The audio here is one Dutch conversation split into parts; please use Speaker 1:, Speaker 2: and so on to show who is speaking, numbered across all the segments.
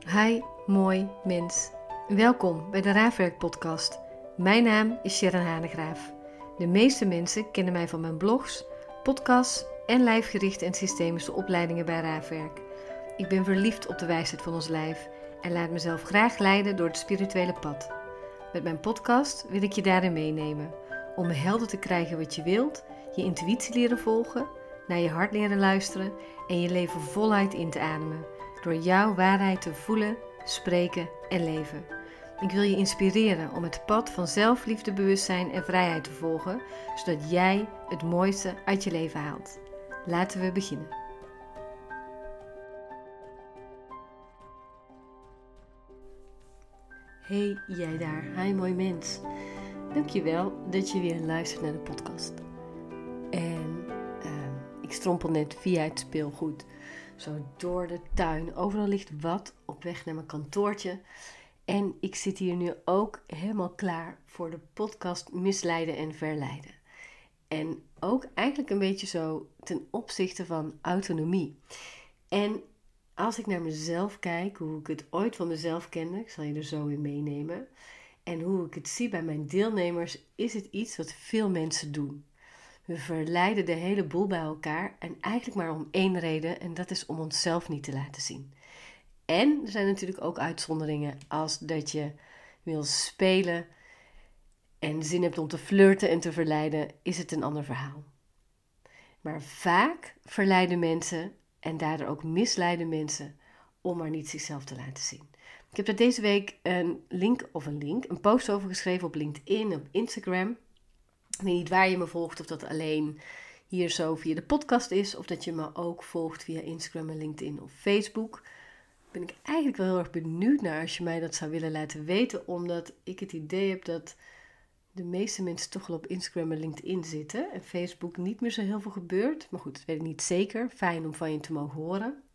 Speaker 1: Hi, mooi mens. Welkom bij de Raafwerk podcast. Mijn naam is Sharon Hanegraaf. De meeste mensen kennen mij van mijn blogs, podcasts en lijfgerichte en systemische opleidingen bij Raafwerk. Ik ben verliefd op de wijsheid van ons lijf en laat mezelf graag leiden door het spirituele pad. Met mijn podcast wil ik je daarin meenemen, om helder te krijgen wat je wilt, je intuïtie leren volgen, naar je hart leren luisteren en je leven voluit in te ademen. Door jouw waarheid te voelen, spreken en leven. Ik wil je inspireren om het pad van zelfliefde, bewustzijn en vrijheid te volgen, zodat jij het mooiste uit je leven haalt. Laten we beginnen. Hey jij daar, hi mooi mens. Dankjewel dat je weer luistert naar de podcast. En ik strompel net via het speelgoed. Zo door de tuin. Overal ligt wat op weg naar mijn kantoortje. En ik zit hier nu ook helemaal klaar voor de podcast Misleiden en Verleiden. En ook eigenlijk een beetje zo ten opzichte van autonomie. En als ik naar mezelf kijk, hoe ik het ooit van mezelf kende, ik zal je er zo in meenemen. En hoe ik het zie bij mijn deelnemers, is het iets wat veel mensen doen. We verleiden de hele boel bij elkaar en eigenlijk maar om één reden en dat is om onszelf niet te laten zien. En er zijn natuurlijk ook uitzonderingen als dat je wil spelen en zin hebt om te flirten en te verleiden, is het een ander verhaal. Maar vaak verleiden mensen en daardoor ook misleiden mensen om maar niet zichzelf te laten zien. Ik heb daar deze week een post over geschreven op LinkedIn, op Instagram. Ik weet niet waar je me volgt, of dat alleen hier zo via de podcast is, of dat je me ook volgt via Instagram en LinkedIn of Facebook. Ben ik eigenlijk wel heel erg benieuwd naar als je mij dat zou willen laten weten, omdat ik het idee heb dat de meeste mensen toch wel op Instagram en LinkedIn zitten en Facebook niet meer zo heel veel gebeurt. Maar goed, dat weet ik niet zeker. Fijn om van je te mogen horen.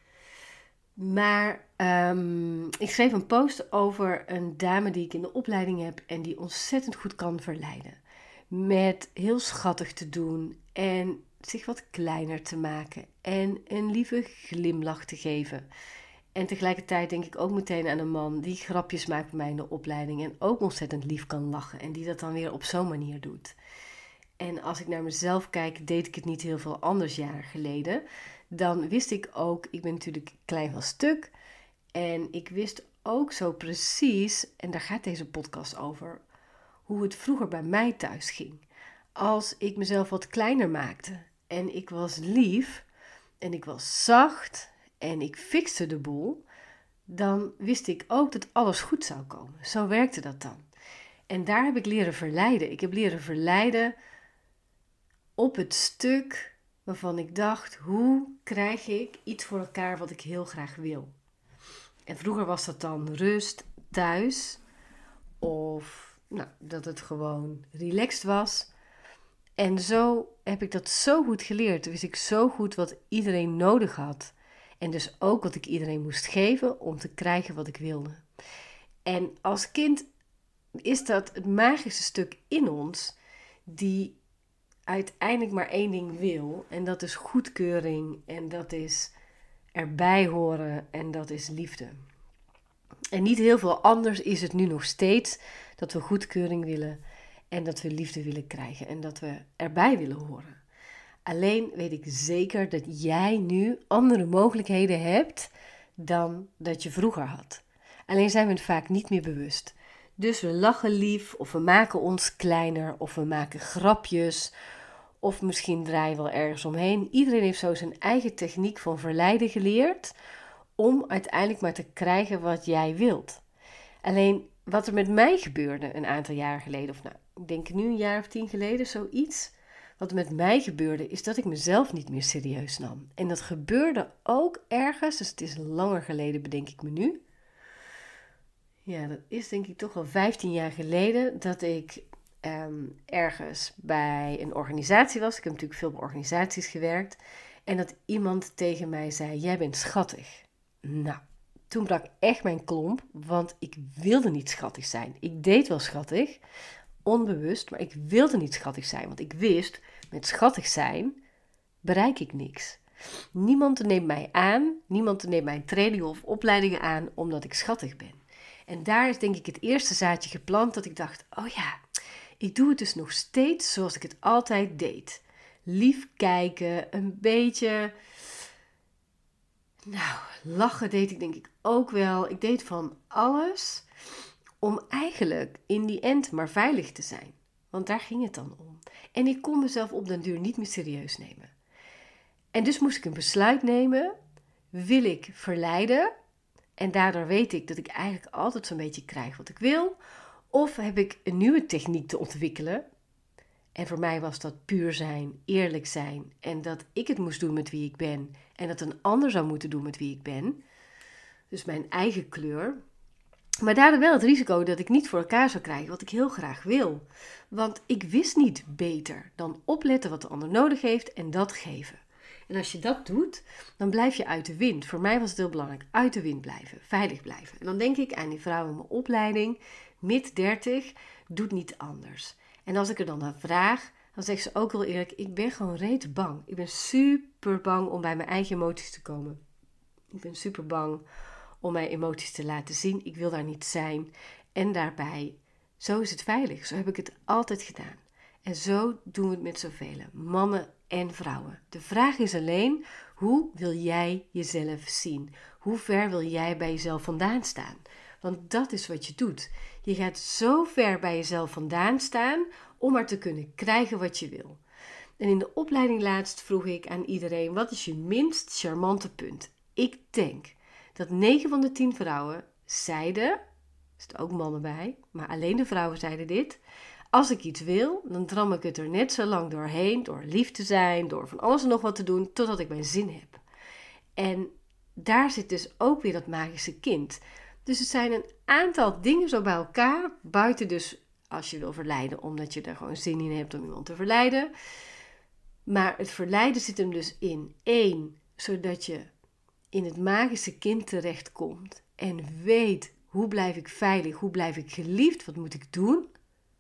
Speaker 1: Maar ik schreef een post over een dame die ik in de opleiding heb en die ontzettend goed kan verleiden. Met heel schattig te doen en zich wat kleiner te maken en een lieve glimlach te geven. En tegelijkertijd denk ik ook meteen aan een man die grapjes maakt bij mij in de opleiding en ook ontzettend lief kan lachen en die dat dan weer op zo'n manier doet. En als ik naar mezelf kijk, deed ik het niet heel veel anders jaren geleden. Dan wist ik ook, ik ben natuurlijk klein van stuk en ik wist ook zo precies, en daar gaat deze podcast over, hoe het vroeger bij mij thuis ging. Als ik mezelf wat kleiner maakte en ik was lief en ik was zacht en ik fixte de boel, dan wist ik ook dat alles goed zou komen. Zo werkte dat dan. En daar heb ik leren verleiden. Ik heb leren verleiden op het stuk waarvan ik dacht, hoe krijg ik iets voor elkaar wat ik heel graag wil? En vroeger was dat dan rust thuis of dat het gewoon relaxed was. En zo heb ik dat zo goed geleerd. Wist ik zo goed wat iedereen nodig had. En dus ook wat ik iedereen moest geven om te krijgen wat ik wilde. En als kind is dat het magische stuk in ons die uiteindelijk maar één ding wil. En dat is goedkeuring en dat is erbij horen en dat is liefde. En niet heel veel anders is het nu nog steeds dat we goedkeuring willen en dat we liefde willen krijgen en dat we erbij willen horen. Alleen weet ik zeker dat jij nu andere mogelijkheden hebt dan dat je vroeger had. Alleen zijn we het vaak niet meer bewust. Dus we lachen lief of we maken ons kleiner of we maken grapjes of misschien draaien we wel ergens omheen. Iedereen heeft zo zijn eigen techniek van verleiden geleerd om uiteindelijk maar te krijgen wat jij wilt. Alleen wat er met mij gebeurde een aantal jaren geleden, of ik denk nu een jaar of 10 geleden, zoiets. Wat er met mij gebeurde is dat ik mezelf niet meer serieus nam. En dat gebeurde ook ergens, dus het is langer geleden bedenk ik me nu. Ja, dat is denk ik toch al 15 jaar geleden dat ik ergens bij een organisatie was. Ik heb natuurlijk veel bij organisaties gewerkt. En dat iemand tegen mij zei, jij bent schattig. Nou, toen brak echt mijn klomp, want ik wilde niet schattig zijn. Ik deed wel schattig, onbewust, maar ik wilde niet schattig zijn. Want ik wist, met schattig zijn bereik ik niks. Niemand neemt mij aan, niemand neemt mijn trainingen of opleidingen aan omdat ik schattig ben. En daar is denk ik het eerste zaadje geplant dat ik dacht, oh ja, ik doe het dus nog steeds zoals ik het altijd deed. Lief kijken, een beetje, lachen deed ik denk ik ook wel. Ik deed van alles om eigenlijk in die end maar veilig te zijn. Want daar ging het dan om. En ik kon mezelf op den duur niet meer serieus nemen. En dus moest ik een besluit nemen. Wil ik verleiden? En daardoor weet ik dat ik eigenlijk altijd zo'n beetje krijg wat ik wil. Of heb ik een nieuwe techniek te ontwikkelen? En voor mij was dat puur zijn, eerlijk zijn. En dat ik het moest doen met wie ik ben. En dat een ander zou moeten doen met wie ik ben. Dus mijn eigen kleur. Maar daardoor wel het risico dat ik niet voor elkaar zou krijgen wat ik heel graag wil. Want ik wist niet beter dan opletten wat de ander nodig heeft en dat geven. En als je dat doet, dan blijf je uit de wind. Voor mij was het heel belangrijk, uit de wind blijven, veilig blijven. En dan denk ik aan die vrouw in mijn opleiding, mid 30, doet niet anders. En als ik er dan naar vraag, dan zegt ze ook wel eerlijk, ik ben gewoon reet bang. Ik ben super bang om bij mijn eigen emoties te komen. Ik ben super bang om mijn emoties te laten zien. Ik wil daar niet zijn. En daarbij, zo is het veilig. Zo heb ik het altijd gedaan. En zo doen we het met zoveel, mannen en vrouwen. De vraag is alleen, hoe wil jij jezelf zien? Hoe ver wil jij bij jezelf vandaan staan? Want dat is wat je doet. Je gaat zo ver bij jezelf vandaan staan om maar te kunnen krijgen wat je wil. En in de opleiding laatst vroeg ik aan iedereen, wat is je minst charmante punt? Ik denk dat 9 van de 10 vrouwen zeiden, er zitten ook mannen bij, maar alleen de vrouwen zeiden dit. Als ik iets wil, dan dram ik het er net zo lang doorheen, door lief te zijn, door van alles en nog wat te doen, totdat ik mijn zin heb. En daar zit dus ook weer dat magische kind. Dus het zijn een aantal dingen zo bij elkaar, buiten dus als je wil verleiden, omdat je er gewoon zin in hebt om iemand te verleiden. Maar het verleiden zit hem dus in 1, zodat je in het magische kind terechtkomt en weet, hoe blijf ik veilig, hoe blijf ik geliefd, wat moet ik doen?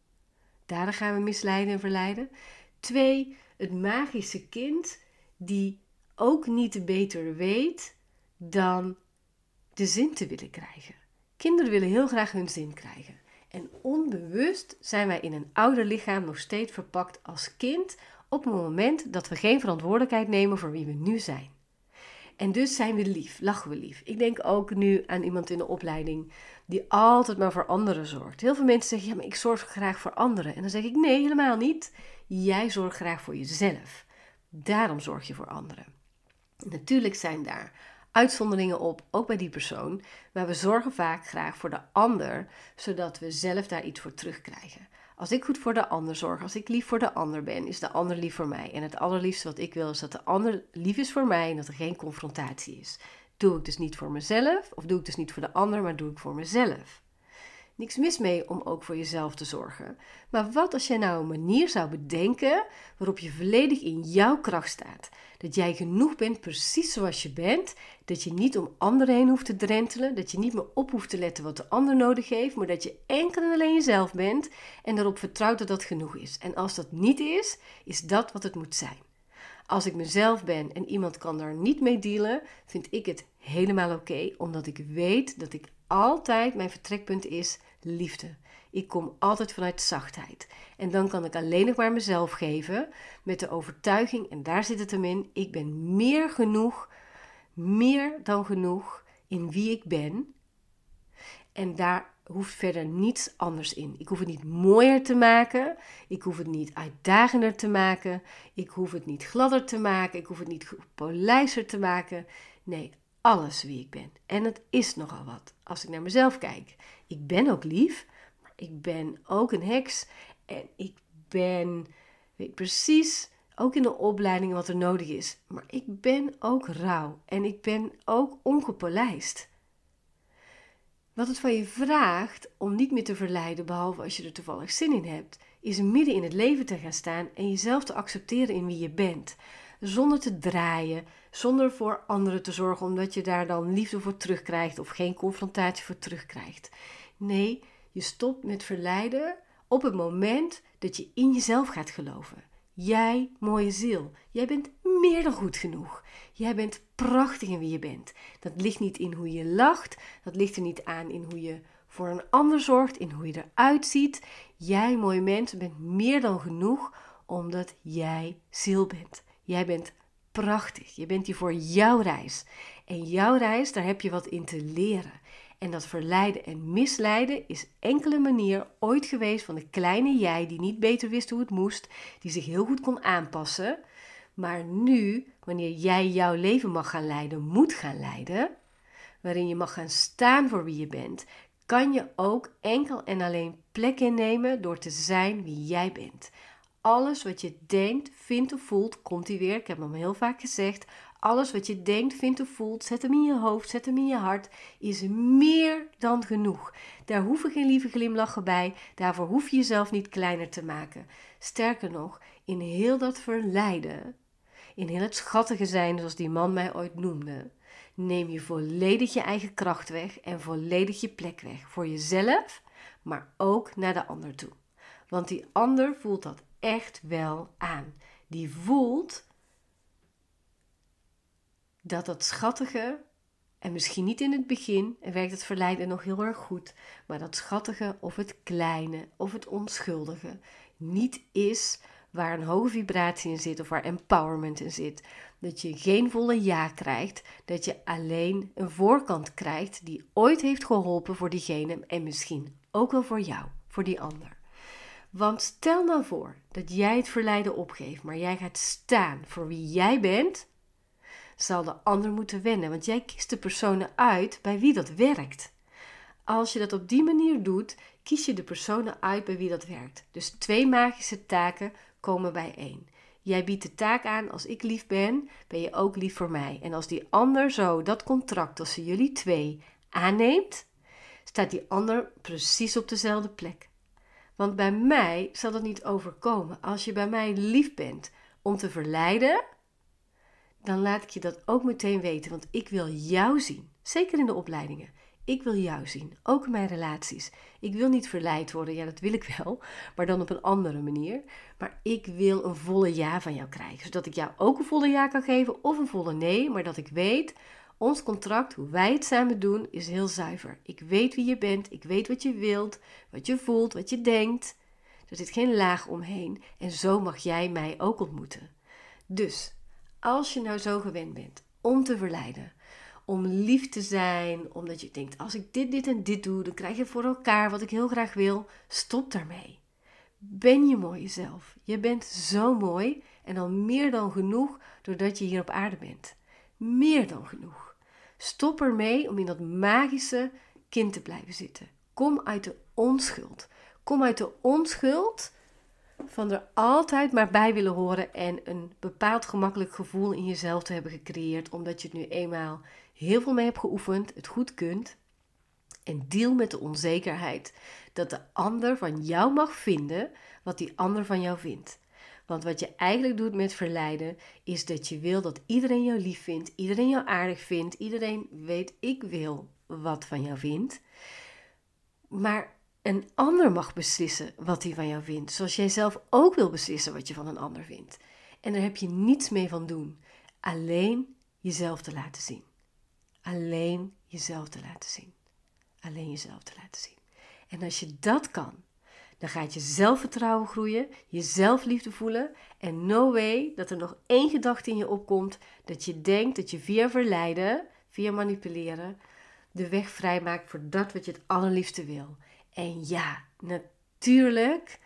Speaker 1: Daar gaan we misleiden en verleiden. 2, het magische kind die ook niet beter weet dan de zin te willen krijgen. Kinderen willen heel graag hun zin krijgen. En onbewust zijn wij in een ouder lichaam nog steeds verpakt als kind op het moment dat we geen verantwoordelijkheid nemen voor wie we nu zijn. En dus zijn we lief, lachen we lief. Ik denk ook nu aan iemand in de opleiding die altijd maar voor anderen zorgt. Heel veel mensen zeggen, ja, maar ik zorg graag voor anderen. En dan zeg ik, nee, helemaal niet. Jij zorgt graag voor jezelf. Daarom zorg je voor anderen. Natuurlijk zijn daar uitzonderingen op, ook bij die persoon. Maar we zorgen vaak graag voor de ander, zodat we zelf daar iets voor terugkrijgen. Als ik goed voor de ander zorg, als ik lief voor de ander ben, is de ander lief voor mij. En het allerliefste wat ik wil is dat de ander lief is voor mij en dat er geen confrontatie is. Doe ik dus niet voor mezelf, of doe ik dus niet voor de ander, maar doe ik voor mezelf. Niks mis mee om ook voor jezelf te zorgen. Maar wat als jij nou een manier zou bedenken waarop je volledig in jouw kracht staat? Dat jij genoeg bent precies zoals je bent. Dat je niet om anderen heen hoeft te drentelen. Dat je niet meer op hoeft te letten wat de ander nodig heeft. Maar dat je enkel en alleen jezelf bent en erop vertrouwt dat dat genoeg is. En als dat niet is, is dat wat het moet zijn. Als ik mezelf ben en iemand kan daar niet mee dealen, vind ik het helemaal oké, omdat ik weet dat ik altijd, mijn vertrekpunt is liefde. Ik kom altijd vanuit zachtheid. En dan kan ik alleen nog maar mezelf geven met de overtuiging, en daar zit het hem in, ik ben meer dan genoeg in wie ik ben. En daar hoeft verder niets anders in. Ik hoef het niet mooier te maken. Ik hoef het niet uitdagender te maken. Ik hoef het niet gladder te maken. Ik hoef het niet gepolijster te maken. Nee, alles wie ik ben. En het is nogal wat. Als ik naar mezelf kijk. Ik ben ook lief. Maar ik ben ook een heks. En ik weet precies, ook in de opleidingen wat er nodig is. Maar ik ben ook rauw. En ik ben ook ongepolijst. Wat het van je vraagt om niet meer te verleiden, behalve als je er toevallig zin in hebt, is midden in het leven te gaan staan en jezelf te accepteren in wie je bent. Zonder te draaien, zonder voor anderen te zorgen omdat je daar dan liefde voor terugkrijgt of geen confrontatie voor terugkrijgt. Nee, je stopt met verleiden op het moment dat je in jezelf gaat geloven. Jij, mooie ziel, jij bent meer dan goed genoeg. Jij bent prachtig in wie je bent. Dat ligt niet in hoe je lacht. Dat ligt er niet aan in hoe je voor een ander zorgt, in hoe je eruit ziet. Jij, mooie mens, bent meer dan genoeg omdat jij ziel bent. Jij bent prachtig. Je bent hier voor jouw reis. En jouw reis, daar heb je wat in te leren. En dat verleiden en misleiden is enkele manier ooit geweest van de kleine jij die niet beter wist hoe het moest, die zich heel goed kon aanpassen. Maar nu, wanneer jij jouw leven mag gaan leiden, moet gaan leiden, waarin je mag gaan staan voor wie je bent, kan je ook enkel en alleen plek innemen door te zijn wie jij bent. Alles wat je denkt, vindt of voelt, komt hier weer, ik heb hem heel vaak gezegd, alles wat je denkt, vindt of voelt, zet hem in je hoofd, zet hem in je hart, is meer dan genoeg. Daar hoeven geen lieve glimlachen bij, daarvoor hoef je jezelf niet kleiner te maken. Sterker nog, in heel dat verleiden, in heel het schattige zijn zoals die man mij ooit noemde, neem je volledig je eigen kracht weg en volledig je plek weg. Voor jezelf, maar ook naar de ander toe. Want die ander voelt dat echt wel aan. Die voelt dat schattige, en misschien niet in het begin, en werkt het verleiden nog heel erg goed, maar dat schattige of het kleine of het onschuldige niet is waar een hoge vibratie in zit of waar empowerment in zit. Dat je geen volle ja krijgt, dat je alleen een voorkant krijgt die ooit heeft geholpen voor diegene en misschien ook wel voor jou, voor die ander. Want stel nou voor dat jij het verleiden opgeeft, maar jij gaat staan voor wie jij bent, zal de ander moeten wennen, want jij kiest de personen uit bij wie dat werkt. Als je dat op die manier doet, kies je de personen uit bij wie dat werkt. Dus 2 magische taken komen bijeen. Jij biedt de taak aan, als ik lief ben, ben je ook lief voor mij. En als die ander zo dat contract tussen jullie 2 aanneemt, staat die ander precies op dezelfde plek. Want bij mij zal dat niet overkomen. Als je bij mij lief bent om te verleiden, dan laat ik je dat ook meteen weten. Want ik wil jou zien. Zeker in de opleidingen. Ik wil jou zien. Ook in mijn relaties. Ik wil niet verleid worden. Ja, dat wil ik wel. Maar dan op een andere manier. Maar ik wil een volle ja van jou krijgen. Zodat ik jou ook een volle ja kan geven. Of een volle nee. Maar dat ik weet, ons contract, hoe wij het samen doen, is heel zuiver. Ik weet wie je bent. Ik weet wat je wilt. Wat je voelt. Wat je denkt. Er zit geen laag omheen. En zo mag jij mij ook ontmoeten. Dus als je nou zo gewend bent om te verleiden, om lief te zijn, omdat je denkt, als ik dit en dit doe, dan krijg je voor elkaar wat ik heel graag wil, stop daarmee. Ben je mooi jezelf. Je bent zo mooi en al meer dan genoeg doordat je hier op aarde bent. Meer dan genoeg. Stop ermee om in dat magische kind te blijven zitten. Kom uit de onschuld. Kom uit de onschuld van er altijd maar bij willen horen en een bepaald gemakkelijk gevoel in jezelf te hebben gecreëerd, omdat je het nu eenmaal heel veel mee hebt geoefend, het goed kunt. En deal met de onzekerheid dat de ander van jou mag vinden wat die ander van jou vindt. Want wat je eigenlijk doet met verleiden, is dat je wil dat iedereen jou lief vindt, iedereen jou aardig vindt, iedereen weet ik wil wat van jou vindt. Maar een ander mag beslissen wat hij van jou vindt, zoals jij zelf ook wil beslissen wat je van een ander vindt. En daar heb je niets mee van doen. Alleen jezelf te laten zien. Alleen jezelf te laten zien. Alleen jezelf te laten zien. En als je dat kan, dan gaat je zelfvertrouwen groeien, je zelfliefde voelen en no way dat er nog 1 gedachte in je opkomt dat je denkt dat je via verleiden, via manipuleren, de weg vrijmaakt voor dat wat je het allerliefste wil. En ja, natuurlijk,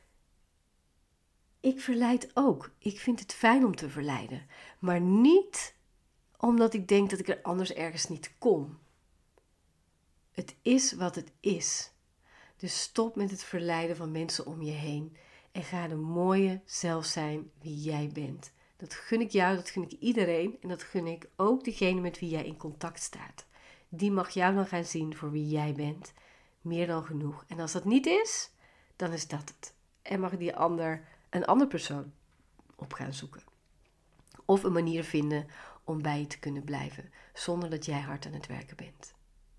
Speaker 1: ik verleid ook. Ik vind het fijn om te verleiden. Maar niet omdat ik denk dat ik er anders ergens niet kom. Het is wat het is. Dus stop met het verleiden van mensen om je heen. En ga de mooie zelf zijn wie jij bent. Dat gun ik jou, dat gun ik iedereen. En dat gun ik ook degene met wie jij in contact staat. Die mag jou dan gaan zien voor wie jij bent. Meer dan genoeg. En als dat niet is, dan is dat het. En mag die ander een andere persoon op gaan zoeken. Of een manier vinden om bij je te kunnen blijven, zonder dat jij hard aan het werken bent.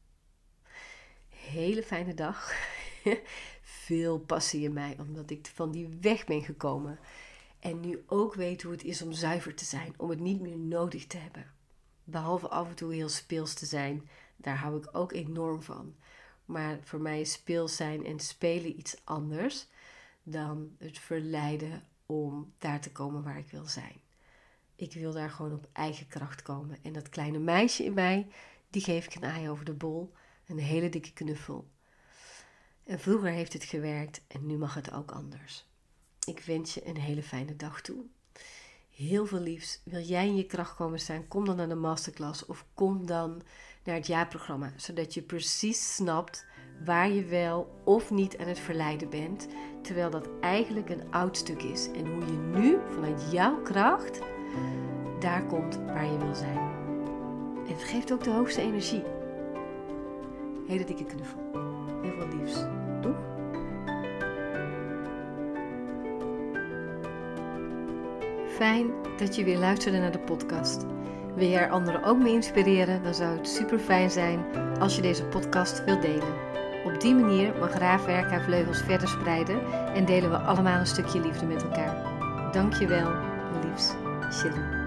Speaker 1: Hele fijne dag. Veel passie in mij, omdat ik van die weg ben gekomen. En nu ook weet hoe het is om zuiver te zijn. Om het niet meer nodig te hebben. Behalve af en toe heel speels te zijn. Daar hou ik ook enorm van. Maar voor mij is speels zijn en spelen iets anders dan het verleiden om daar te komen waar ik wil zijn. Ik wil daar gewoon op eigen kracht komen. En dat kleine meisje in mij, die geef ik een aai over de bol. Een hele dikke knuffel. En vroeger heeft het gewerkt en nu mag het ook anders. Ik wens je een hele fijne dag toe. Heel veel liefs. Wil jij in je kracht komen staan? Kom dan naar de masterclass of kom dan naar het jaarprogramma. Zodat je precies snapt waar je wel of niet aan het verleiden bent. Terwijl dat eigenlijk een oud stuk is. En hoe je nu vanuit jouw kracht daar komt waar je wil zijn. En het geeft ook de hoogste energie. Hele dikke knuffel. Heel veel liefs. Doeg! Fijn dat je weer luisterde naar de podcast. Wil je er anderen ook mee inspireren? Dan zou het super fijn zijn als je deze podcast wilt delen. Op die manier mag Raafwerk haar vleugels verder spreiden en delen we allemaal een stukje liefde met elkaar. Dankjewel, liefs. Shalom.